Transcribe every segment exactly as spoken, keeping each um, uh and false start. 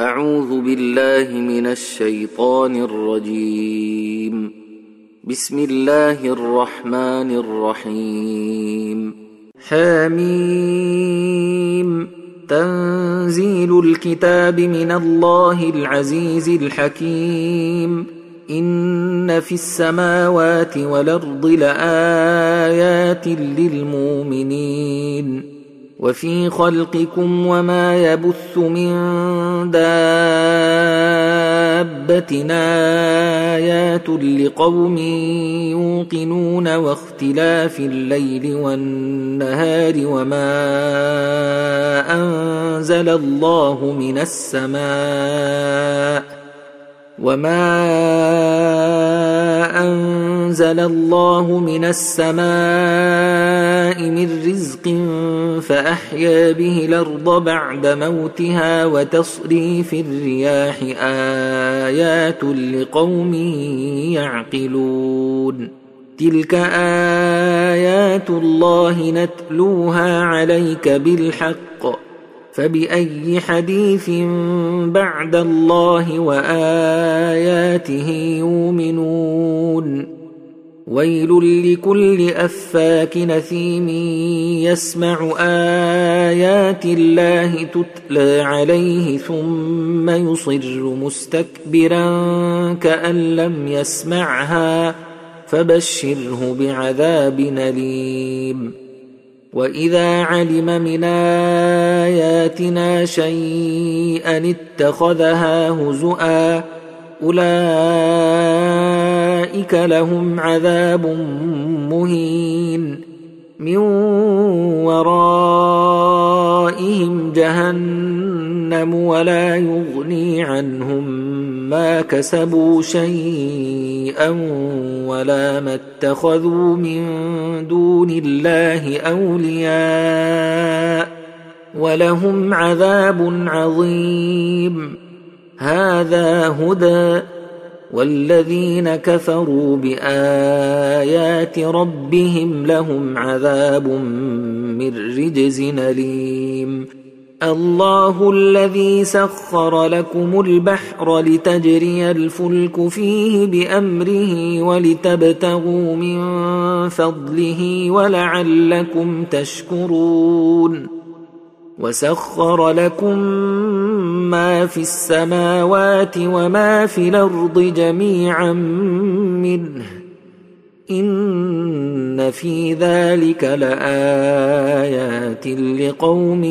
أعوذ بالله من الشيطان الرجيم. بسم الله الرحمن الرحيم. حميم. تنزيل الكتاب من الله العزيز الحكيم. إن في السماوات والأرض لآيات للمؤمنين وفي خلقكم وما يبث من دابة آيات لقوم يوقنون واختلاف الليل والنهار وما أنزل الله من السماء وما أنزل الله من السماء من رزق فأحيا به الأرض بعد موتها وتصريف الرياح آيات لقوم يعقلون. تلك آيات الله نتلوها عليك بالحق فبأي حديث بعد الله وآياته يؤمنون. ويل لكل أفاك نثيم يسمع آيات الله تتلى عليه ثم يصر مستكبرا كأن لم يسمعها فبشره بعذاب أليم. وإذا علم من آياتنا شيئا اتخذها هزؤا أولئك لهم عذاب مهين من ورائهم جهنم ولا يغني عنهم ما كسبوا شيئا ولا ما اتخذوا من دون الله أولياء ولهم عذاب عظيم. هذا هدى والذين كفروا بآيات ربهم لهم عذاب من رجز أليم. الله الذي سخر لكم البحر لتجري الفلك فيه بأمره ولتبتغوا من فضله ولعلكم تشكرون. وسخر لكم ما في السماوات وما في الأرض جميعا منه إن في ذلك لآيات لقوم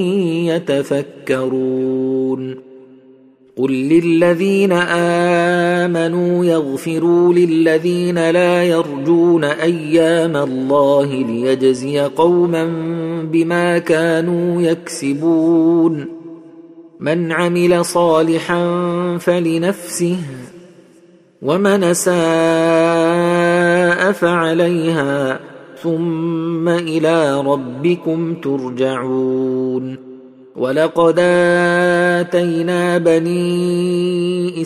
يتفكرون. قل للذين آمنوا يغفروا للذين لا يرجون أيام الله ليجزي قوما بما كانوا يكسبون. من عمل صالحا فلنفسه ومن أساء فعليها ثم إلى ربكم ترجعون. ولقد آتينا بني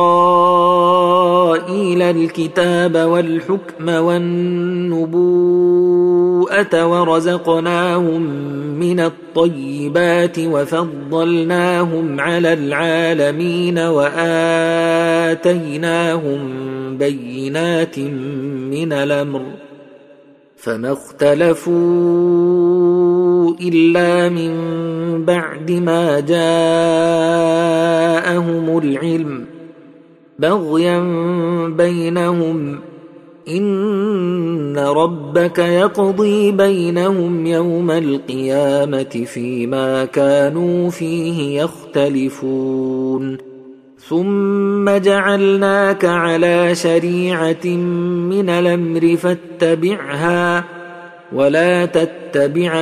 إسرائيل الكتاب والحكم والنبوءة ورزقناهم من الطيبات وفضلناهم على العالمين وآتيناهم بينات من الأمر فما اختلفوا إلا من بعد ما جاءهم العلم بغيا بينهم إن ربك يقضي بينهم يوم القيامة فيما كانوا فيه يختلفون. ثم جعلناك على شريعة من الأمر فاتبعها ولا تتبع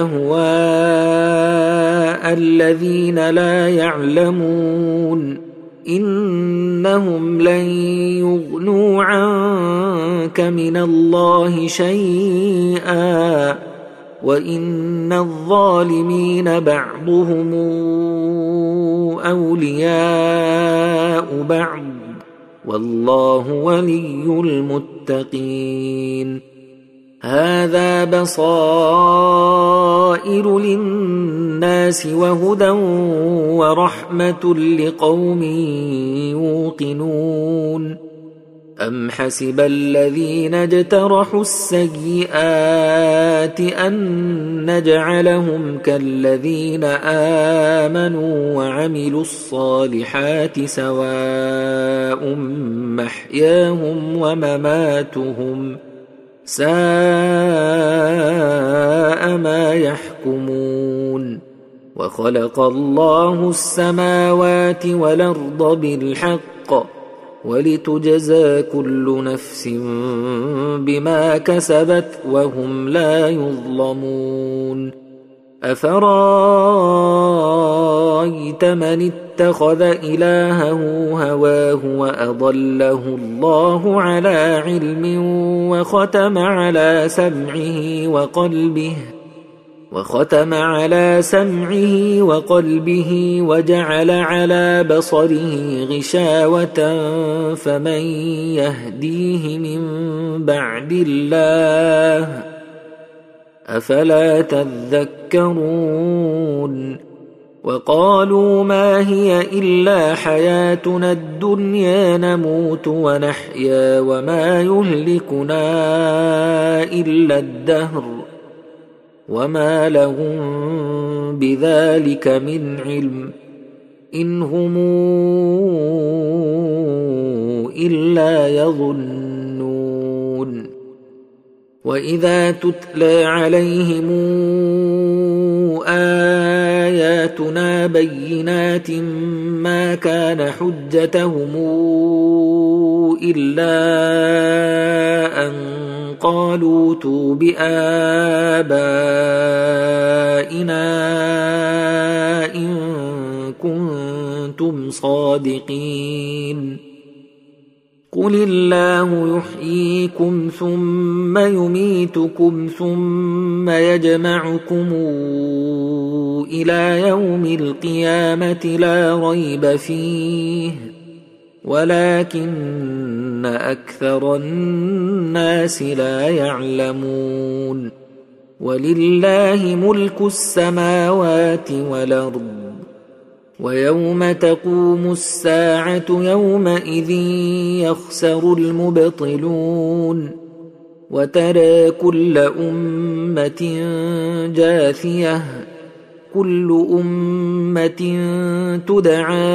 أهواء الذين لا يعلمون إنهم لن يغنوا عنك من الله شيئا وإن الظالمين بعضهم أولياء بعض والله ولي المتقين. هذا بصائر للناس وهدى ورحمة لقوم يوقنون أم حسب الذين اجترحوا السيئات أن نجعلهم كالذين آمنوا وعملوا الصالحات سواء محياهم ومماتهم ساء ما يحكمون وخلق الله السماوات والأرض بالحق ولتجزى كل نفس بما كسبت وهم لا يظلمون أفرأيت من اتخذ إلهه هواه وأضله الله على علم وختم على سمعه وقلبه وختم على سمعه وقلبه وجعل على بصره غشاوة فمن يهديه من بعد الله أفلا تذكرون وقالوا ما هي إلا حياتنا الدنيا نموت ونحيا وما يهلكنا إلا الدهر وما لهم بذلك من علم إن هم إلا يظنون وإذا تتلى عليهم آياتنا بينات ما كان حجتهم إلا أن قالوا ائتوا بآبائنا إن كنتم صادقين قل الله يحييكم ثم يميتكم ثم يجمعكم إلى يوم القيامة لا ريب فيه ولكن أكثر الناس لا يعلمون ولله ملك السماوات والأرض ويوم تقوم الساعة يومئذ يخسر المبطلون وترى كل أمة جاثية كل أمة تدعى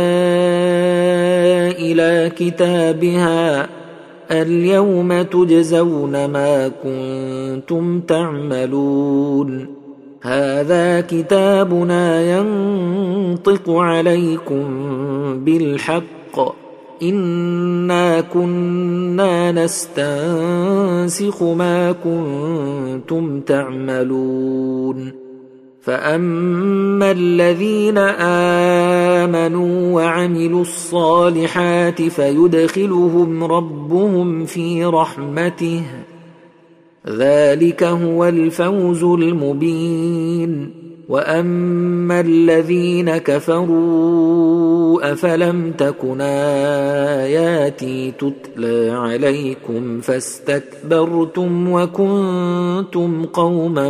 إلى كتابها اليوم تجزون ما كنتم تعملون هذا كتابنا ينطق عليكم بالحق إنا كنا نستنسخ ما كنتم تعملون فأما الذين آمنوا وعملوا الصالحات فيدخلهم ربهم في رحمته ذلك هو الفوز المبين وأما الذين كفروا أفلم تكن آياتي تتلى عليكم فاستكبرتم وكنتم قوما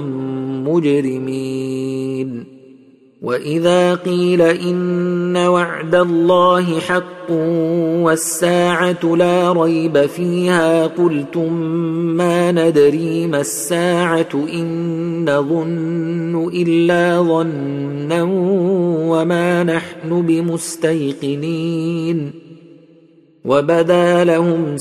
مجرمين وإذا قيل إن وعد الله حق والساعة لا ريب فيها قلتم ما ندري ما الساعة إن نظن إلا ظنا وما نحن بمستيقنين وبدا لهم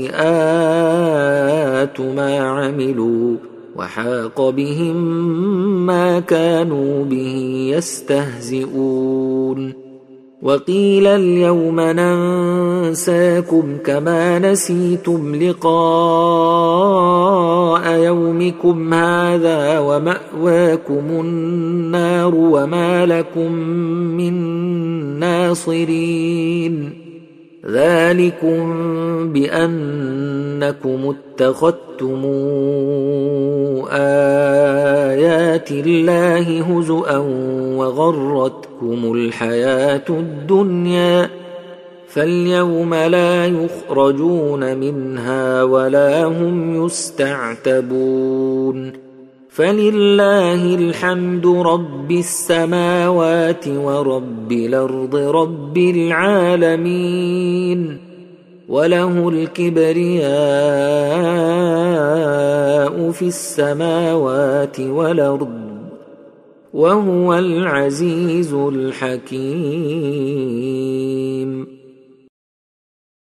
سيئات ما عملوا وحاق بهم ما كانوا به يستهزئون وقيل اليوم ننساكم كما نسيتم لقاء يومكم هذا ومأواكم النار وما لكم من ناصرين ذلكم بأنكم اتخذتم آيات الله هزؤا وغرتكم الحياة الدنيا فاليوم لا يخرجون منها ولا هم يستعتبون فلله الحمد رب السماوات ورب الأرض رب العالمين وله الكبرياء في السماوات والأرض وهو العزيز الحكيم.